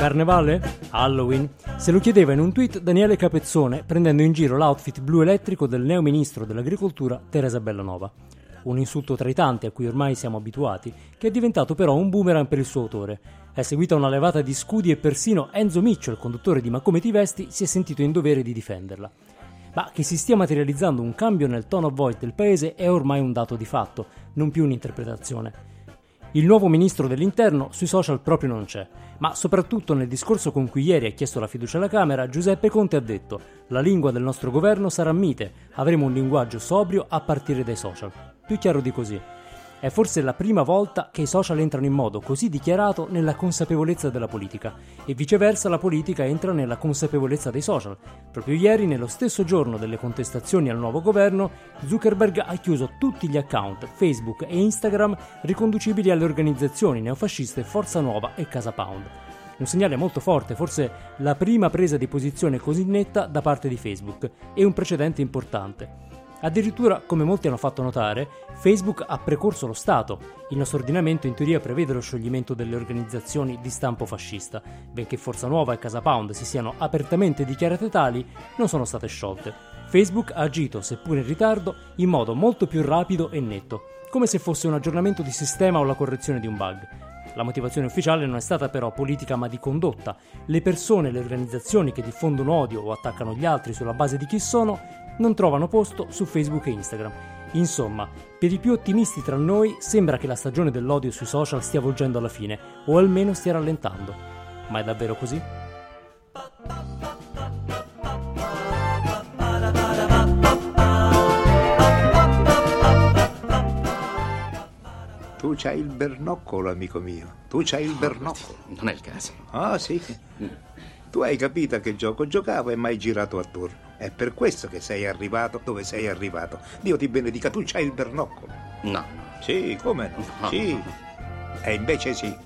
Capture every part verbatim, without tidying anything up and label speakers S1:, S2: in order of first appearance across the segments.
S1: Carnevale? Halloween? Se lo chiedeva in un tweet Daniele Capezzone, prendendo in giro l'outfit blu elettrico del neo ministro dell'agricoltura Teresa Bellanova. Un insulto tra i tanti a cui ormai siamo abituati, che è diventato però un boomerang per il suo autore. È seguita una levata di scudi e persino Enzo Miccio, il conduttore di Ma come ti vesti, si è sentito in dovere di difenderla. Ma che si stia materializzando un cambio nel tone of voice del paese è ormai un dato di fatto, non più un'interpretazione. Il nuovo ministro dell'interno sui social proprio non c'è, ma soprattutto nel discorso con cui ieri ha chiesto la fiducia alla Camera, Giuseppe Conte ha detto: la lingua del nostro governo sarà mite, avremo un linguaggio sobrio a partire dai social. Più chiaro di così. È forse la prima volta che i social entrano in modo così dichiarato nella consapevolezza della politica e viceversa la politica entra nella consapevolezza dei social. Proprio ieri, nello stesso giorno delle contestazioni al nuovo governo, Zuckerberg ha chiuso tutti gli account Facebook e Instagram riconducibili alle organizzazioni neofasciste Forza Nuova e Casa Pound. Un segnale molto forte, forse la prima presa di posizione così netta da parte di Facebook e un precedente importante. Addirittura, come molti hanno fatto notare, Facebook ha precorso lo Stato. Il nostro ordinamento in teoria prevede lo scioglimento delle organizzazioni di stampo fascista. Benché Forza Nuova e Casa Pound si siano apertamente dichiarate tali, non sono state sciolte. Facebook ha agito, seppur in ritardo, in modo molto più rapido e netto, come se fosse un aggiornamento di sistema o la correzione di un bug. La motivazione ufficiale non è stata però politica ma di condotta. Le persone e le organizzazioni che diffondono odio o attaccano gli altri sulla base di chi sono non trovano posto su Facebook e Instagram. Insomma, per i più ottimisti tra noi sembra che la stagione dell'odio sui social stia volgendo alla fine, o almeno stia rallentando. Ma è davvero così?
S2: Tu c'hai il bernoccolo, amico mio. Tu c'hai il bernoccolo.
S3: Non è il caso.
S2: Ah, sì. Tu hai capito a che gioco giocavo e mai girato attorno. È per questo che sei arrivato dove sei arrivato. Dio ti benedica, tu c'hai il bernoccolo.
S3: No, no.
S2: Sì, come no?
S3: No.
S2: Sì. E invece sì.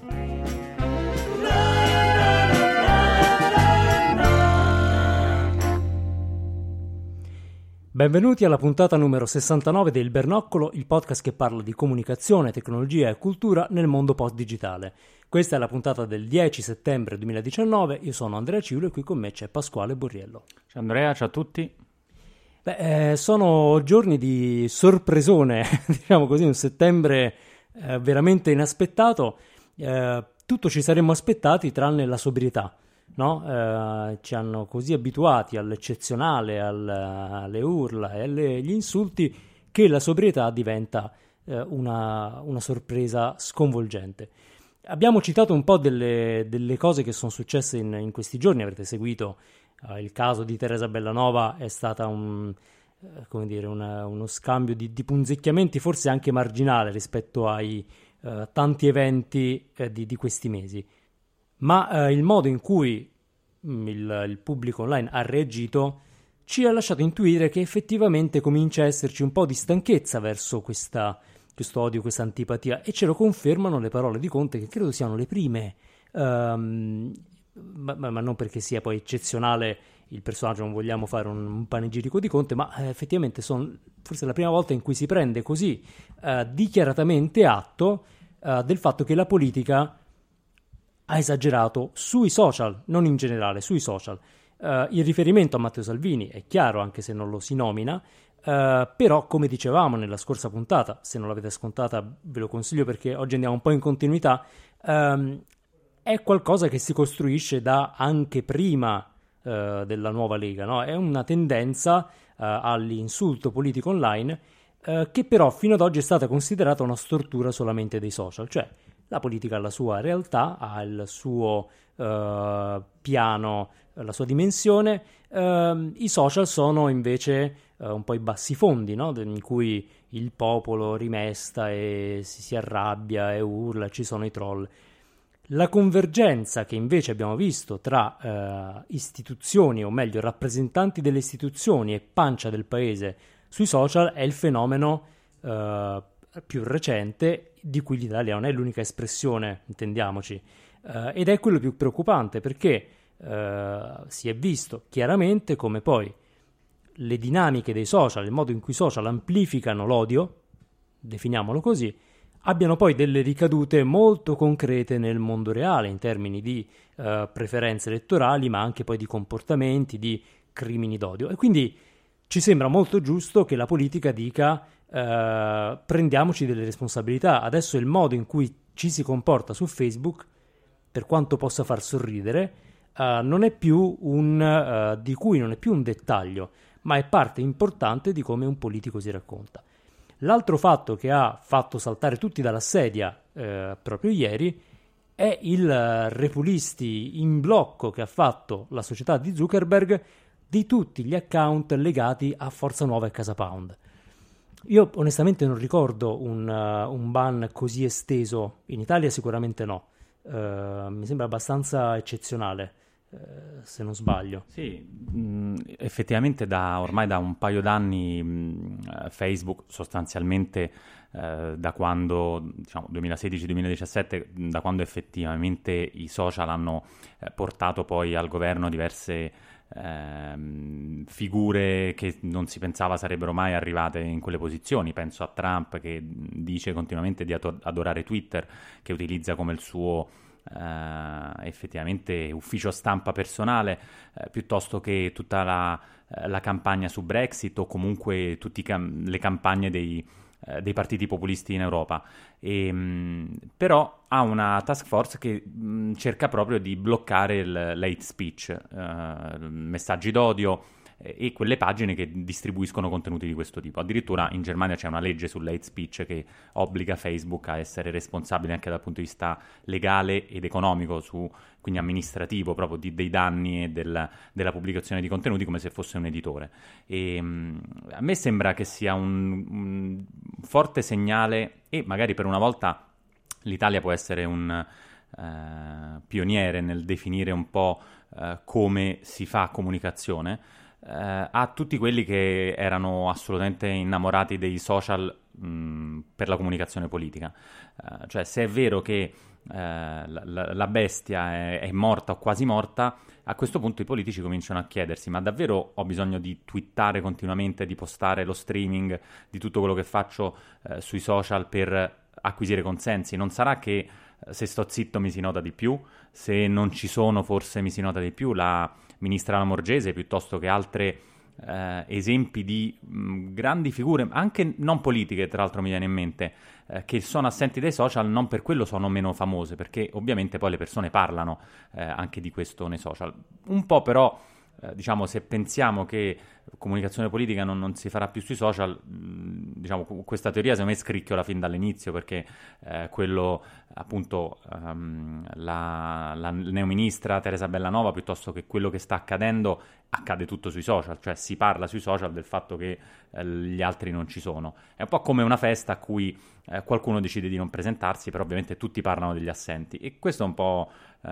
S1: Benvenuti alla puntata numero sessantanove del Bernoccolo, il podcast che parla di comunicazione, tecnologia e cultura nel mondo post-digitale. Questa è la puntata del dieci settembre duemiladiciannove, io sono Andrea Ciulo e qui con me c'è Pasquale Borriello.
S4: Ciao Andrea, ciao a tutti.
S1: Beh, eh, sono giorni di sorpresone, diciamo così, un settembre eh, veramente inaspettato. Eh, tutto ci saremmo aspettati tranne la sobrietà. No? Eh, ci hanno così abituati all'eccezionale, al, alle urla e agli insulti che la sobrietà diventa eh, una, una sorpresa sconvolgente. Abbiamo citato un po' delle, delle cose che sono successe in, in questi giorni, avrete seguito eh, il caso di Teresa Bellanova, è stata un, eh, come dire, una, uno scambio di, di punzecchiamenti forse anche marginale rispetto ai eh, tanti eventi eh, di, di questi mesi. Ma eh, il modo in cui mh, il, il pubblico online ha reagito ci ha lasciato intuire che effettivamente comincia a esserci un po' di stanchezza verso questa, questo odio, questa antipatia, e ce lo confermano le parole di Conte, che credo siano le prime, um, ma, ma non perché sia poi eccezionale il personaggio, non vogliamo fare un, un panegirico di Conte, ma eh, effettivamente sono forse la prima volta in cui si prende così uh, dichiaratamente atto uh, del fatto che la politica ha esagerato sui social, non in generale, sui social. Uh, il riferimento a Matteo Salvini è chiaro, anche se non lo si nomina, uh, però come dicevamo nella scorsa puntata, se non l'avete ascoltata ve lo consiglio perché oggi andiamo un po' in continuità, um, è qualcosa che si costruisce da anche prima uh, della nuova Lega, no? È una tendenza uh, all'insulto politico online uh, che però fino ad oggi è stata considerata una stortura solamente dei social, cioè la politica ha la sua realtà, ha il suo uh, piano, la sua dimensione, uh, i social sono invece uh, un po' i bassifondi, no? In cui il popolo rimesta e si, si arrabbia e urla, ci sono i troll. La convergenza che invece abbiamo visto tra uh, istituzioni, o meglio rappresentanti delle istituzioni e pancia del paese sui social è il fenomeno uh, più recente, di cui l'Italia non è l'unica espressione, intendiamoci, uh, ed è quello più preoccupante perché uh, si è visto chiaramente come poi le dinamiche dei social, il modo in cui i social amplificano l'odio, definiamolo così, abbiano poi delle ricadute molto concrete nel mondo reale in termini di uh, preferenze elettorali, ma anche poi di comportamenti, di crimini d'odio. E quindi ci sembra molto giusto che la politica dica uh, prendiamoci delle responsabilità. Adesso il modo in cui ci si comporta su Facebook, per quanto possa far sorridere, uh, non è più un uh, di cui non è più un dettaglio, ma è parte importante di come un politico si racconta. L'altro fatto che ha fatto saltare tutti dalla sedia eh, proprio ieri è il uh, repulisti in blocco che ha fatto la società di Zuckerberg di tutti gli account legati a Forza Nuova e Casa Pound. Io onestamente non ricordo un, uh, un ban così esteso, in Italia sicuramente no, uh, mi sembra abbastanza eccezionale. Uh, se non sbaglio.
S3: Sì, mh, effettivamente da ormai da un paio d'anni mh, Facebook sostanzialmente uh, da quando, diciamo, duemilasedici duemiladiciassette, da quando effettivamente i social hanno uh, portato poi al governo diverse uh, figure che non si pensava sarebbero mai arrivate in quelle posizioni. Penso a Trump, che dice continuamente di adorare Twitter, che utilizza come il suo Uh, effettivamente ufficio stampa personale, uh, piuttosto che tutta la, uh, la campagna su Brexit, o comunque tutte cam- le campagne dei, uh, dei partiti populisti in Europa. E, mh, però ha una task force che mh, cerca proprio di bloccare il l'hate speech, uh, messaggi d'odio e quelle pagine che distribuiscono contenuti di questo tipo. Addirittura in Germania c'è una legge sull'hate speech che obbliga Facebook a essere responsabile anche dal punto di vista legale ed economico, su, quindi amministrativo, proprio di, dei danni e del, della pubblicazione di contenuti, come se fosse un editore. E, mh, a me sembra che sia un, un forte segnale, e magari per una volta l'Italia può essere un uh, pioniere nel definire un po' uh, come si fa comunicazione, Uh, a tutti quelli che erano assolutamente innamorati dei social mh, per la comunicazione politica. Uh, cioè, se è vero che uh, la, la bestia è, è morta o quasi morta, a questo punto i politici cominciano a chiedersi: ma davvero ho bisogno di twittare continuamente, di postare lo streaming di tutto quello che faccio uh, sui social per acquisire consensi? Non sarà che uh, se sto zitto mi si nota di più? Se non ci sono forse mi si nota di più? La ministra Lamorgese, piuttosto che altre eh, esempi di mh, grandi figure, anche non politiche, tra l'altro mi viene in mente, eh, che sono assenti dai social, non per quello sono meno famose, perché ovviamente poi le persone parlano eh, anche di questo nei social. Un po' però, eh, diciamo, se pensiamo che comunicazione politica non, non si farà più sui social, mh, diciamo, questa teoria secondo me scricchiola fin dall'inizio, perché eh, quello appunto um, la, la neoministra Teresa Bellanova, piuttosto che quello che sta accadendo, accade tutto sui social, cioè si parla sui social del fatto che eh, gli altri non ci sono. È un po' come una festa a cui eh, qualcuno decide di non presentarsi, però ovviamente tutti parlano degli assenti, e questo è un po'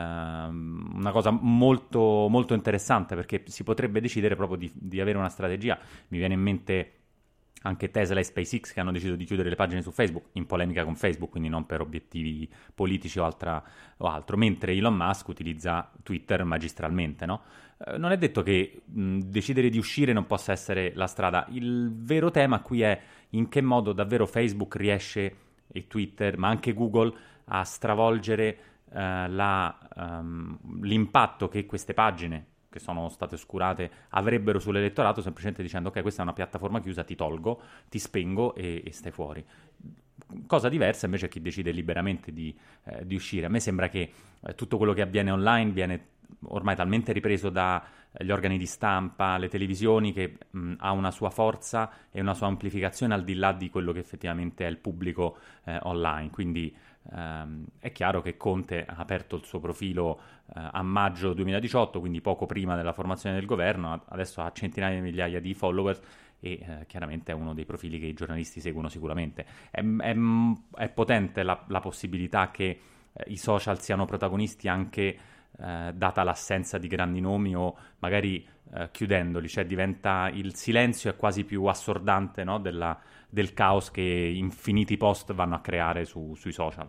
S3: ehm, una cosa molto, molto interessante, perché si potrebbe decidere proprio di, di avere una strategia. Mi viene in mente anche Tesla e SpaceX, che hanno deciso di chiudere le pagine su Facebook, in polemica con Facebook, quindi non per obiettivi politici o, altra, o altro, mentre Elon Musk utilizza Twitter magistralmente, no? Eh, non è detto che mh, decidere di uscire non possa essere la strada. Il vero tema qui è in che modo davvero Facebook riesce, e Twitter, ma anche Google, a stravolgere eh, la, um, l'impatto che queste pagine, che sono state oscurate, avrebbero sull'elettorato, semplicemente dicendo: ok, questa è una piattaforma chiusa, ti tolgo, ti spengo e, e stai fuori. Cosa diversa invece è chi decide liberamente di, eh, di uscire. A me sembra che eh, tutto quello che avviene online viene ormai talmente ripreso dagli organi di stampa, le televisioni, che mh, ha una sua forza e una sua amplificazione al di là di quello che effettivamente è il pubblico eh, online. Quindi Um, è chiaro che Conte ha aperto il suo profilo uh, a maggio duemiladiciotto, quindi poco prima della formazione del governo. Adesso ha centinaia di migliaia di follower e uh, chiaramente è uno dei profili che i giornalisti seguono sicuramente. È, è, è potente la, la possibilità che uh, i social siano protagonisti anche uh, data l'assenza di grandi nomi, o magari uh, chiudendoli, cioè diventa, il silenzio è quasi più assordante, no? Della del caos che infiniti post vanno a creare su, sui social.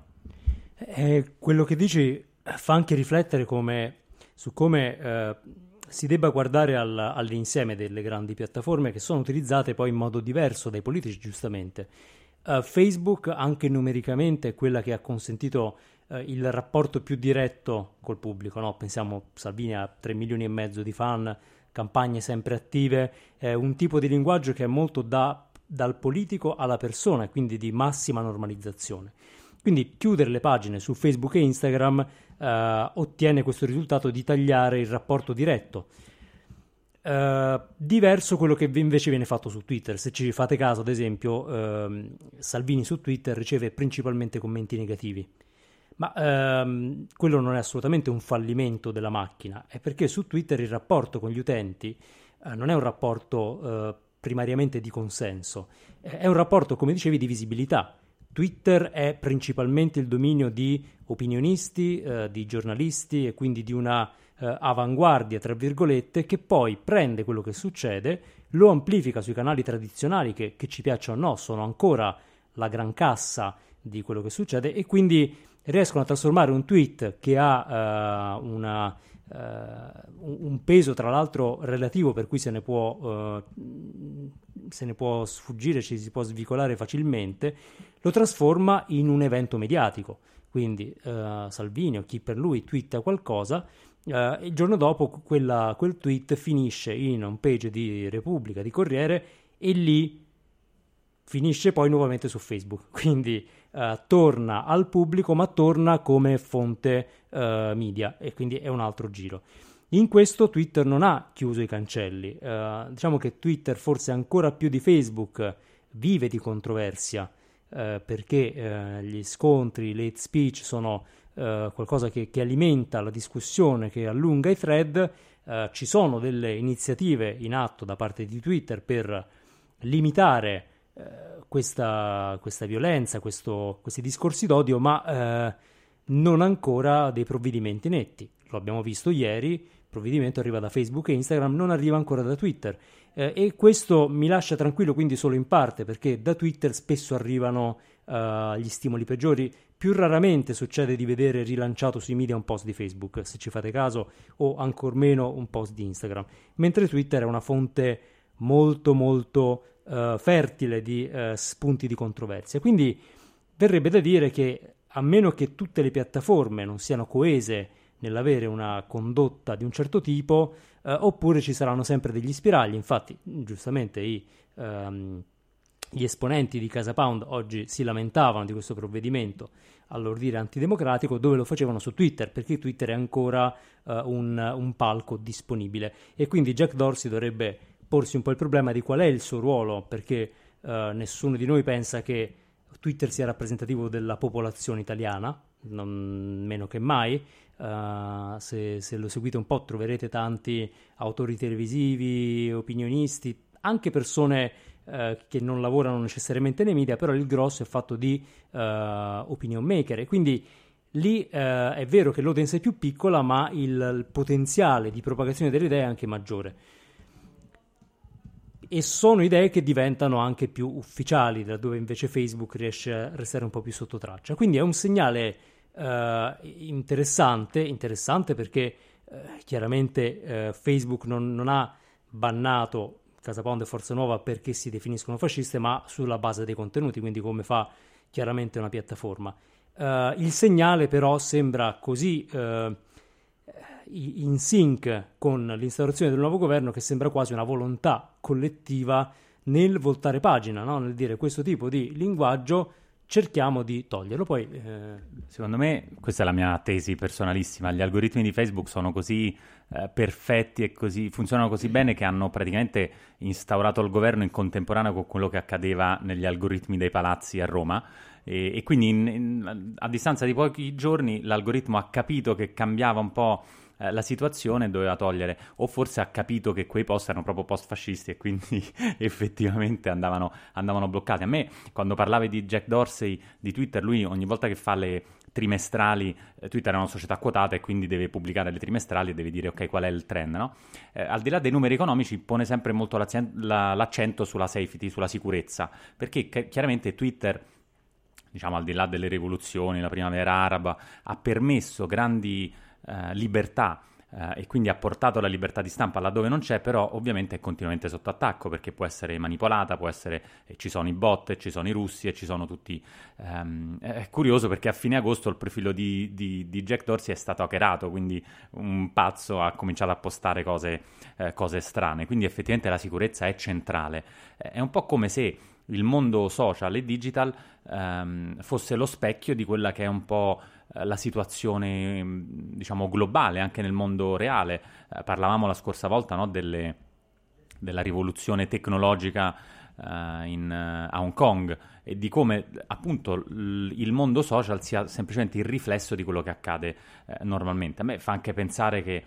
S1: Eh, quello che dici fa anche riflettere come, su come eh, si debba guardare al, all'insieme delle grandi piattaforme, che sono utilizzate poi in modo diverso dai politici, giustamente. Uh, Facebook, anche numericamente, è quella che ha consentito uh, il rapporto più diretto col pubblico, no? Pensiamo, Salvini ha tre milioni e mezzo di fan, campagne sempre attive, è un tipo di linguaggio che è molto da, dal politico alla persona e quindi di massima normalizzazione. Quindi chiudere le pagine su Facebook e Instagram uh, ottiene questo risultato di tagliare il rapporto diretto. Uh, diverso quello che invece viene fatto su Twitter. Se ci fate caso, ad esempio, uh, Salvini su Twitter riceve principalmente commenti negativi, ma uh, quello non è assolutamente un fallimento della macchina, è perché su Twitter il rapporto con gli utenti uh, non è un rapporto uh, primariamente di consenso, è un rapporto, come dicevi, di visibilità. Twitter è principalmente il dominio di opinionisti, uh, di giornalisti e quindi di una Uh, avanguardia, tra virgolette, che poi prende quello che succede, lo amplifica sui canali tradizionali che, che ci piacciono o no, sono ancora la gran cassa di quello che succede, e quindi riescono a trasformare un tweet che ha uh, una, uh, un peso tra l'altro relativo, per cui se ne può uh, se ne può sfuggire, ci si può svicolare facilmente, lo trasforma in un evento mediatico. Quindi uh, Salvini o chi per lui twitta qualcosa, Uh, il giorno dopo quella, quel tweet finisce in un page di Repubblica, di Corriere, e lì finisce poi nuovamente su Facebook. Quindi uh, torna al pubblico, ma torna come fonte uh, media, e quindi è un altro giro. In questo Twitter non ha chiuso i cancelli. Uh, diciamo che Twitter, forse ancora più di Facebook, vive di controversia, uh, perché uh, gli scontri, le hate speech sono Uh, qualcosa che, che alimenta la discussione, che allunga i thread. Uh, ci sono delle iniziative in atto da parte di Twitter per limitare uh, questa, questa violenza, questo, questi discorsi d'odio, ma uh, non ancora dei provvedimenti netti. Lo abbiamo visto ieri, il provvedimento arriva da Facebook e Instagram, non arriva ancora da Twitter, uh, e questo mi lascia tranquillo, quindi solo in parte, perché da Twitter spesso arrivano uh, gli stimoli peggiori. Più raramente succede di vedere rilanciato sui media un post di Facebook, se ci fate caso, o ancor meno un post di Instagram, mentre Twitter è una fonte molto molto uh, fertile di uh, spunti di controversia. Quindi verrebbe da dire che, a meno che tutte le piattaforme non siano coese nell'avere una condotta di un certo tipo, uh, oppure ci saranno sempre degli spiragli. Infatti, giustamente i um, gli esponenti di Casa Pound oggi si lamentavano di questo provvedimento all'ordire antidemocratico, dove lo facevano su Twitter, perché Twitter è ancora uh, un, un palco disponibile, e quindi Jack Dorsey dovrebbe porsi un po' il problema di qual è il suo ruolo, perché uh, nessuno di noi pensa che Twitter sia rappresentativo della popolazione italiana, non meno che mai. Uh, se, se lo seguite un po' troverete tanti autori televisivi, opinionisti, anche persone Uh, che non lavorano necessariamente nei media, però il grosso è fatto di uh, opinion maker, e quindi lì uh, è vero che l'audience è più piccola, ma il, il potenziale di propagazione delle idee è anche maggiore, e sono idee che diventano anche più ufficiali, da dove invece Facebook riesce a restare un po' più sotto traccia. Quindi è un segnale uh, interessante interessante perché uh, chiaramente uh, Facebook non, non ha bannato Casa Pound e Forza Nuova perché si definiscono fasciste, ma sulla base dei contenuti, quindi come fa chiaramente una piattaforma. Uh, il segnale però sembra così uh, in sync con l'instaurazione del nuovo governo che sembra quasi una volontà collettiva nel voltare pagina, no? Nel dire questo tipo di linguaggio cerchiamo di toglierlo. Poi eh...
S3: secondo me, questa è la mia tesi personalissima, gli algoritmi di Facebook sono così eh, perfetti e così funzionano così bene che hanno praticamente instaurato il governo in contemporanea con quello che accadeva negli algoritmi dei palazzi a Roma, e, e quindi in, in, a distanza di pochi giorni l'algoritmo ha capito che cambiava un po' eh, la situazione, doveva togliere, o forse ha capito che quei post erano proprio post fascisti e quindi effettivamente andavano, andavano bloccati. A me, quando parlavi di Jack Dorsey di Twitter, lui ogni volta che fa le trimestrali, eh, Twitter è una società quotata e quindi deve pubblicare le trimestrali e deve dire ok qual è il trend, no? Eh, al di là dei numeri economici pone sempre molto la, l'accento sulla safety, sulla sicurezza, perché c- chiaramente Twitter, diciamo al di là delle rivoluzioni, la primavera araba, ha permesso grandi eh, libertà Uh, e quindi ha portato la libertà di stampa laddove non c'è, però ovviamente è continuamente sotto attacco perché può essere manipolata, può essere, eh, ci sono i bot, ci sono i russi e ci sono tutti... Um, è curioso perché a fine agosto il profilo di, di, di Jack Dorsey è stato hackerato, quindi un pazzo ha cominciato a postare cose, eh, cose strane, quindi effettivamente la sicurezza è centrale. Eh, è un po' come se il mondo social e digital um, fosse lo specchio di quella che è un po' la situazione, diciamo, globale anche nel mondo reale. Eh, parlavamo la scorsa volta, no, delle, della rivoluzione tecnologica uh, in, uh, a Hong Kong e di come appunto l- il mondo social sia semplicemente il riflesso di quello che accade eh, normalmente. A me fa anche pensare che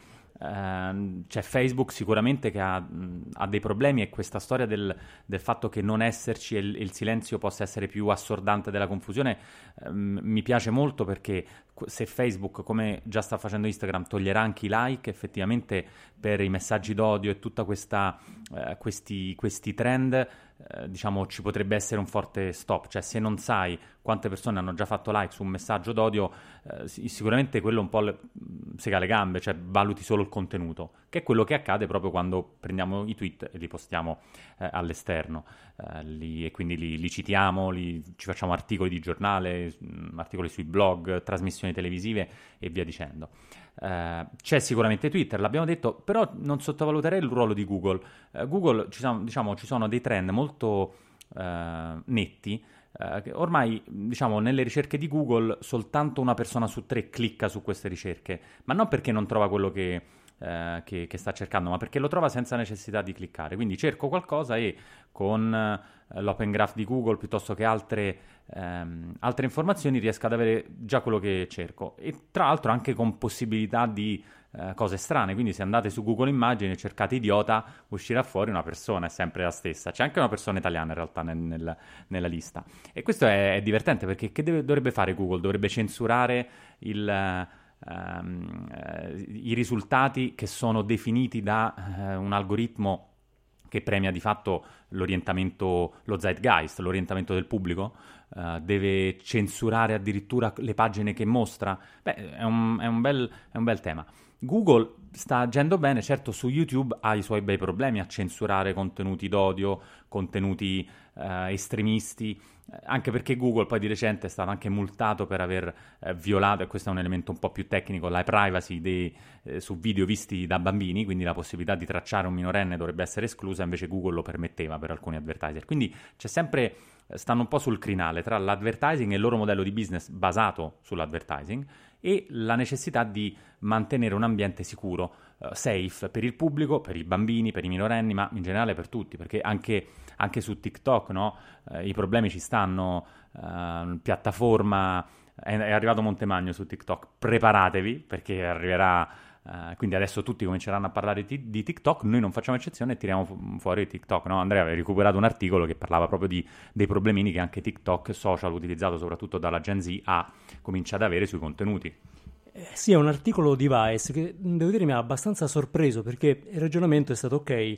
S3: Uh, c'è Facebook sicuramente che ha, mh, ha dei problemi, e questa storia del, del fatto che non esserci e il, il silenzio possa essere più assordante della confusione uh, mi piace molto, perché se Facebook, come già sta facendo Instagram, toglierà anche i like, effettivamente per i messaggi d'odio e tutta questa uh, questi, questi trend, uh, diciamo, ci potrebbe essere un forte stop. Cioè, se non sai quante persone hanno già fatto like su un messaggio d'odio, uh, sicuramente quello un po' le, sega le gambe, cioè valuti solo il contenuto, che è quello che accade proprio quando prendiamo i tweet e li postiamo eh, all'esterno, eh, li, e quindi li, li citiamo, li, ci facciamo articoli di giornale, mh, articoli sui blog, trasmissioni televisive e via dicendo. Eh, c'è sicuramente Twitter, l'abbiamo detto, però non sottovaluterei il ruolo di Google. Eh, Google, ci sono, diciamo, ci sono dei trend molto eh, netti. Uh, ormai, diciamo, nelle ricerche di Google soltanto una persona su tre clicca su queste ricerche, ma non perché non trova quello che, uh, che, che sta cercando, ma perché lo trova senza necessità di cliccare. Quindi cerco qualcosa e con uh, l'Open Graph di Google, piuttosto che altre, um, altre informazioni, riesco ad avere già quello che cerco, e tra l'altro anche con possibilità di Uh, cose strane. Quindi se andate su Google Immagini e cercate idiota, uscirà fuori una persona, è sempre la stessa. C'è anche una persona italiana in realtà nel, nel, nella lista, e questo è, è divertente, perché che deve, dovrebbe fare Google? Dovrebbe censurare il, uh, um, uh, i risultati che sono definiti da uh, un algoritmo che premia di fatto l'orientamento, lo zeitgeist, l'orientamento del pubblico. Uh, deve censurare addirittura le pagine che mostra. Beh, è un, è un bel, è un bel tema. Google sta agendo bene, certo su YouTube ha i suoi bei problemi a censurare contenuti d'odio, contenuti eh, estremisti, anche perché Google poi di recente è stato anche multato per aver eh, violato, e questo è un elemento un po' più tecnico, la privacy dei, eh, su video visti da bambini, quindi la possibilità di tracciare un minorenne dovrebbe essere esclusa, invece Google lo permetteva per alcuni advertiser. Quindi c'è sempre, stanno un po' sul crinale tra l'advertising e il loro modello di business basato sull'advertising, e la necessità di mantenere un ambiente sicuro, uh, safe per il pubblico, per i bambini, per i minorenni, ma in generale per tutti, perché anche, anche su TikTok, no? Uh, i problemi ci stanno, uh, piattaforma, è, è arrivato Montemagno su TikTok, preparatevi perché arriverà. Uh, quindi adesso tutti cominceranno a parlare di, di TikTok, noi non facciamo eccezione e tiriamo fu- fuori TikTok, no? Andrea aveva recuperato un articolo che parlava proprio di, dei problemini che anche TikTok, social utilizzato soprattutto dalla Gen Z, ha cominciato ad avere sui contenuti.
S1: Eh, sì, è un articolo di Vice che devo dire mi ha abbastanza sorpreso, perché il ragionamento è stato ok,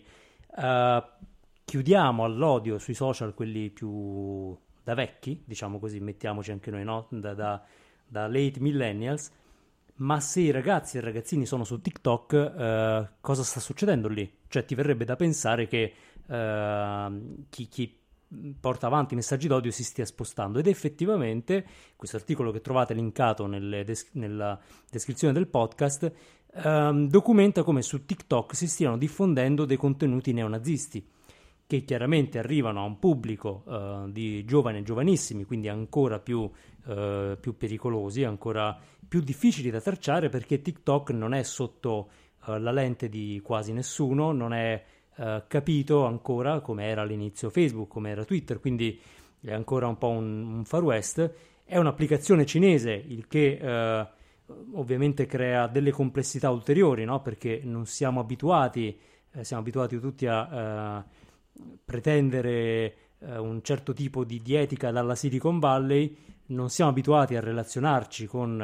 S1: uh, chiudiamo all'odio sui social quelli più da vecchi, diciamo così, mettiamoci anche noi, no? da, da, da late millennials. Ma se i ragazzi e i ragazzini sono su TikTok, eh, cosa sta succedendo lì? Cioè ti verrebbe da pensare che eh, chi, chi porta avanti messaggi d'odio si stia spostando, ed effettivamente questo articolo che trovate linkato nelle des- nella descrizione del podcast eh, documenta come su TikTok si stiano diffondendo dei contenuti neonazisti, che chiaramente arrivano a un pubblico uh, di giovani e giovanissimi, quindi ancora più, uh, più pericolosi, ancora più difficili da tracciare, perché TikTok non è sotto uh, la lente di quasi nessuno, non è uh, capito ancora come era all'inizio Facebook, come era Twitter, quindi è ancora un po' un, un far west. È un'applicazione cinese, il che uh, ovviamente crea delle complessità ulteriori, no? Perché non siamo abituati, eh, siamo abituati tutti a... Uh, pretendere eh, un certo tipo di, di etica dalla Silicon Valley, non siamo abituati a relazionarci con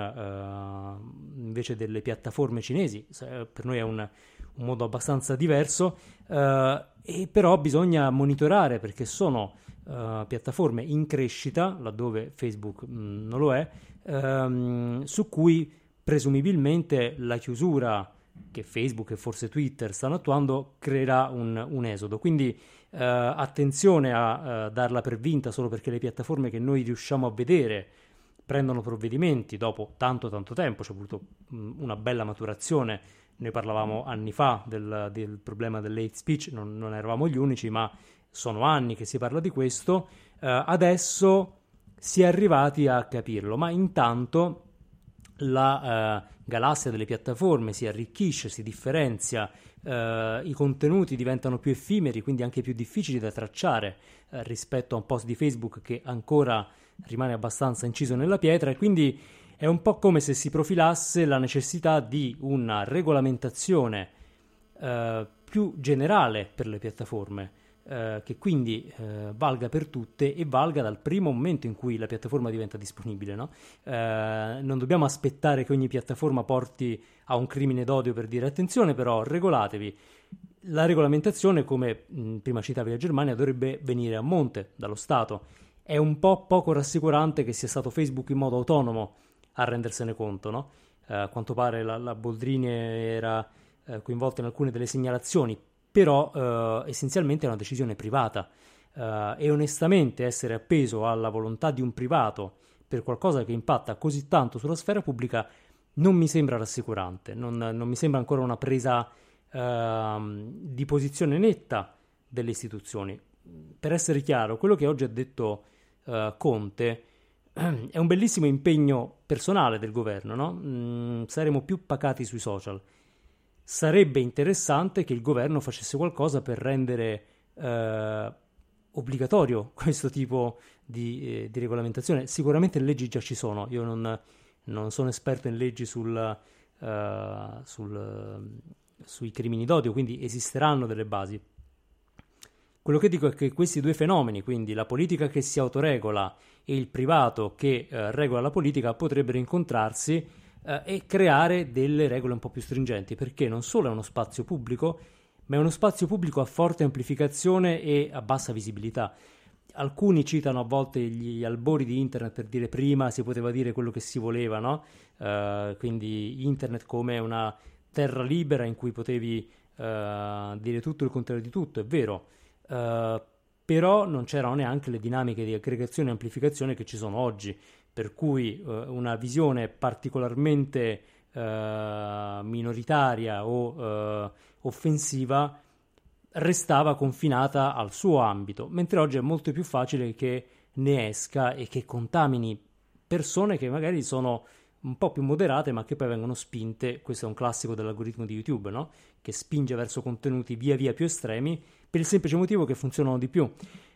S1: eh, invece delle piattaforme cinesi. Per noi è un, un modo abbastanza diverso, eh, e però bisogna monitorare, perché sono eh, piattaforme in crescita, laddove Facebook mh, non lo è, ehm, su cui presumibilmente la chiusura che Facebook e forse Twitter stanno attuando creerà un, un esodo. Quindi eh, attenzione a eh, darla per vinta solo perché le piattaforme che noi riusciamo a vedere prendono provvedimenti dopo tanto tanto tempo. C'è voluto mh, una bella maturazione. Noi parlavamo anni fa del, del problema dell'hate speech, non, non eravamo gli unici, ma sono anni che si parla di questo. Uh, adesso si è arrivati a capirlo, ma intanto la uh, galassia delle piattaforme si arricchisce, si differenzia, uh, i contenuti diventano più effimeri, quindi anche più difficili da tracciare uh, rispetto a un post di Facebook che ancora rimane abbastanza inciso nella pietra, e quindi è un po' come se si profilasse la necessità di una regolamentazione uh, più generale per le piattaforme, Uh, che quindi uh, valga per tutte e valga dal primo momento in cui la piattaforma diventa disponibile, no? Uh, non dobbiamo aspettare che ogni piattaforma porti a un crimine d'odio per dire attenzione, però regolatevi. La regolamentazione, come mh, prima citavi la Germania, dovrebbe venire a monte dallo Stato. È un po' poco rassicurante che sia stato Facebook in modo autonomo a rendersene conto, no? Uh, a quanto pare la, la Boldrini era uh, coinvolta in alcune delle segnalazioni, però eh, essenzialmente è una decisione privata eh, e onestamente essere appeso alla volontà di un privato per qualcosa che impatta così tanto sulla sfera pubblica non mi sembra rassicurante, non, non mi sembra ancora una presa eh, di posizione netta delle istituzioni. Per essere chiaro, quello che oggi ha detto eh, Conte è un bellissimo impegno personale del governo, no? Mm, saremo più pacati sui social. Sarebbe interessante che il governo facesse qualcosa per rendere eh, obbligatorio questo tipo di, eh, di regolamentazione. Sicuramente le leggi già ci sono, io non, non sono esperto in leggi sul, uh, sul, uh, sui crimini d'odio, quindi esisteranno delle basi. Quello che dico è che questi due fenomeni, quindi la politica che si autoregola e il privato che uh, regola la politica, potrebbero incontrarsi Uh, e creare delle regole un po' più stringenti, perché non solo è uno spazio pubblico, ma è uno spazio pubblico a forte amplificazione e a bassa visibilità. Alcuni citano a volte gli albori di internet per dire prima si poteva dire quello che si voleva, no? Uh, quindi internet come una terra libera in cui potevi uh, dire tutto il contrario di tutto, è vero, uh, però non c'erano neanche le dinamiche di aggregazione e amplificazione che ci sono oggi, per cui uh, una visione particolarmente uh, minoritaria o uh, offensiva restava confinata al suo ambito, mentre oggi è molto più facile che ne esca e che contamini persone che magari sono un po' più moderate ma che poi vengono spinte. Questo è un classico dell'algoritmo di YouTube, no? Che spinge verso contenuti via via più estremi per il semplice motivo che funzionano di più.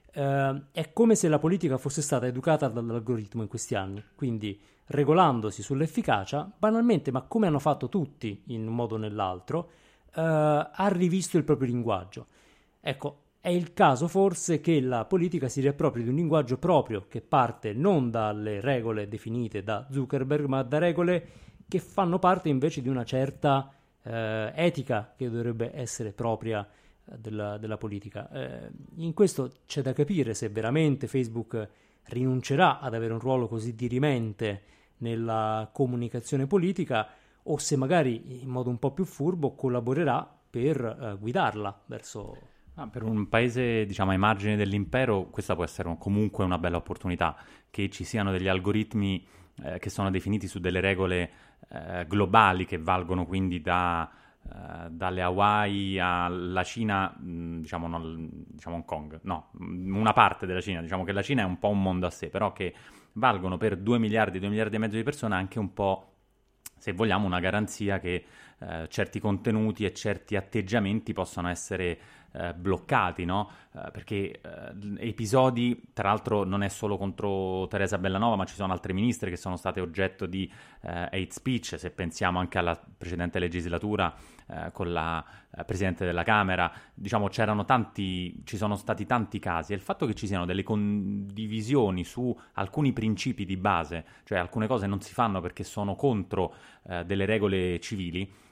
S1: Uh, è come se la politica fosse stata educata dall'algoritmo in questi anni, quindi regolandosi sull'efficacia, banalmente, ma come hanno fatto tutti in un modo o nell'altro, uh, ha rivisto il proprio linguaggio. Ecco, è il caso forse che la politica si riappropri di un linguaggio proprio, che parte non dalle regole definite da Zuckerberg, ma da regole che fanno parte invece di una certa uh, etica che dovrebbe essere propria Della, della politica. Eh, in questo c'è da capire se veramente Facebook rinuncerà ad avere un ruolo così dirimente nella comunicazione politica o se magari in modo un po' più furbo collaborerà per eh, guidarla verso...
S3: Ah, per un paese, diciamo, ai margini dell'impero, questa può essere un, comunque una bella opportunità, che ci siano degli algoritmi eh, che sono definiti su delle regole eh, globali che valgono quindi da Uh, dalle Hawaii alla Cina, mh, diciamo, non, diciamo Hong Kong, no, mh, una parte della Cina, diciamo che la Cina è un po' un mondo a sé, però che valgono per due miliardi, due miliardi e mezzo di persone anche un po', se vogliamo, una garanzia che uh, certi contenuti e certi atteggiamenti possano essere uh, bloccati, no? Uh, perché uh, episodi, tra l'altro non è solo contro Teresa Bellanova, ma ci sono altre ministre che sono state oggetto di uh, hate speech, se pensiamo anche alla precedente legislatura uh, con la uh, Presidente della Camera, diciamo c'erano tanti, ci sono stati tanti casi, e il fatto che ci siano delle condivisioni su alcuni principi di base, cioè alcune cose non si fanno perché sono contro uh, delle regole civili,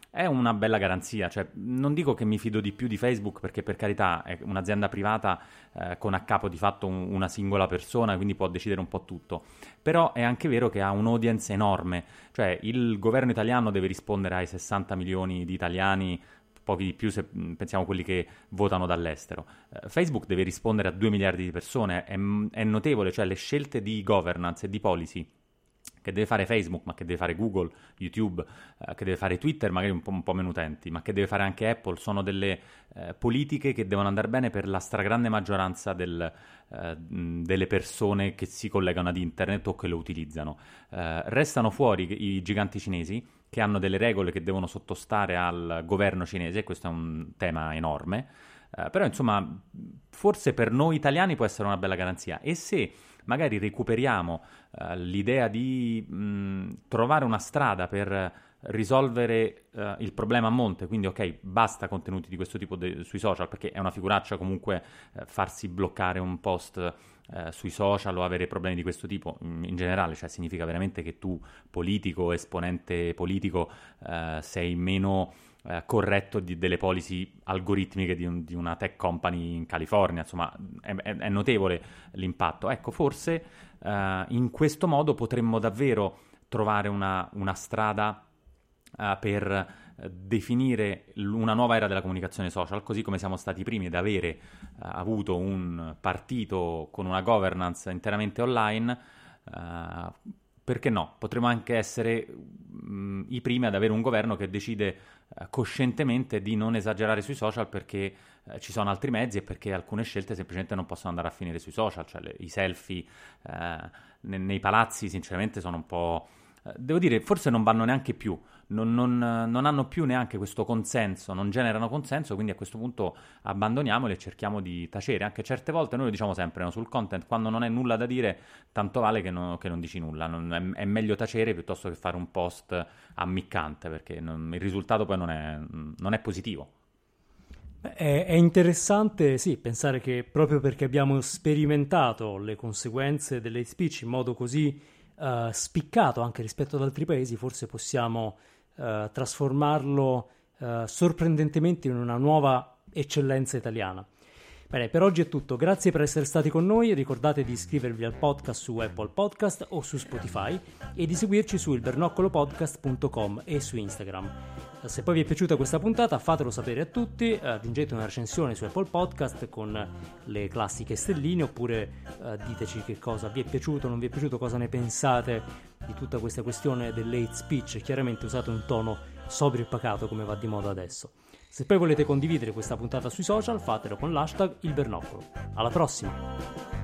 S3: è una bella garanzia, cioè non dico che mi fido di più di Facebook, perché per carità è un'azienda privata eh, con a capo di fatto un, una singola persona, quindi può decidere un po' tutto, però è anche vero che ha un'audience enorme, cioè il governo italiano deve rispondere ai sessanta milioni di italiani, pochi di più se pensiamo a quelli che votano dall'estero. Uh, Facebook deve rispondere a due miliardi di persone, è, è notevole, cioè le scelte di governance e di policy che deve fare Facebook, ma che deve fare Google, YouTube, uh, che deve fare Twitter, magari un po', un po' meno utenti, ma che deve fare anche Apple, sono delle uh, politiche che devono andare bene per la stragrande maggioranza del, uh, delle persone che si collegano ad internet o che lo utilizzano. Uh, restano fuori i giganti cinesi, che hanno delle regole che devono sottostare al governo cinese, questo è un tema enorme, uh, però insomma forse per noi italiani può essere una bella garanzia, e se magari recuperiamo uh, l'idea di mh, trovare una strada per risolvere uh, il problema a monte, quindi ok, basta contenuti di questo tipo de- sui social, perché è una figuraccia comunque uh, farsi bloccare un post Uh, sui social o avere problemi di questo tipo in, in generale, cioè significa veramente che tu, politico, esponente politico, uh, sei meno uh, corretto di, delle policy algoritmiche di, un, di una tech company in California, insomma è, è, è notevole l'impatto. Ecco, forse uh, in questo modo potremmo davvero trovare una, una strada uh, per definire una nuova era della comunicazione social, così come siamo stati i primi ad avere uh, avuto un partito con una governance interamente online. Uh, perché no? Potremmo anche essere mh, i primi ad avere un governo che decide uh, coscientemente di non esagerare sui social, perché uh, ci sono altri mezzi e perché alcune scelte semplicemente non possono andare a finire sui social, cioè le, i selfie uh, ne, nei palazzi sinceramente sono un po'... Devo dire, forse non vanno neanche più, non, non, non hanno più neanche questo consenso, non generano consenso, quindi a questo punto abbandoniamoli e cerchiamo di tacere. Anche certe volte noi lo diciamo sempre, no? Sul content, quando non hai nulla da dire, tanto vale che, no, che non dici nulla, non, è, è meglio tacere piuttosto che fare un post ammiccante, perché non, il risultato poi non è, non è positivo.
S1: È, è interessante, sì, pensare che proprio perché abbiamo sperimentato le conseguenze dell'hate speech in modo così Uh, spiccato anche rispetto ad altri paesi, forse possiamo uh, trasformarlo uh, sorprendentemente in una nuova eccellenza italiana. Bene, per oggi è tutto, grazie per essere stati con noi, ricordate di iscrivervi al podcast su Apple Podcast o su Spotify e di seguirci su il bernoccolo podcast punto com e su Instagram. Se poi vi è piaciuta questa puntata fatelo sapere a tutti, aggiungete una recensione su Apple Podcast con le classiche stelline, oppure eh, diteci che cosa vi è piaciuto, non vi è piaciuto, cosa ne pensate di tutta questa questione dell'hate speech. Chiaramente usate un tono sobrio e pacato come va di moda adesso. Se poi volete condividere questa puntata sui social, fatelo con l'hashtag Il Bernoccolo. Alla prossima!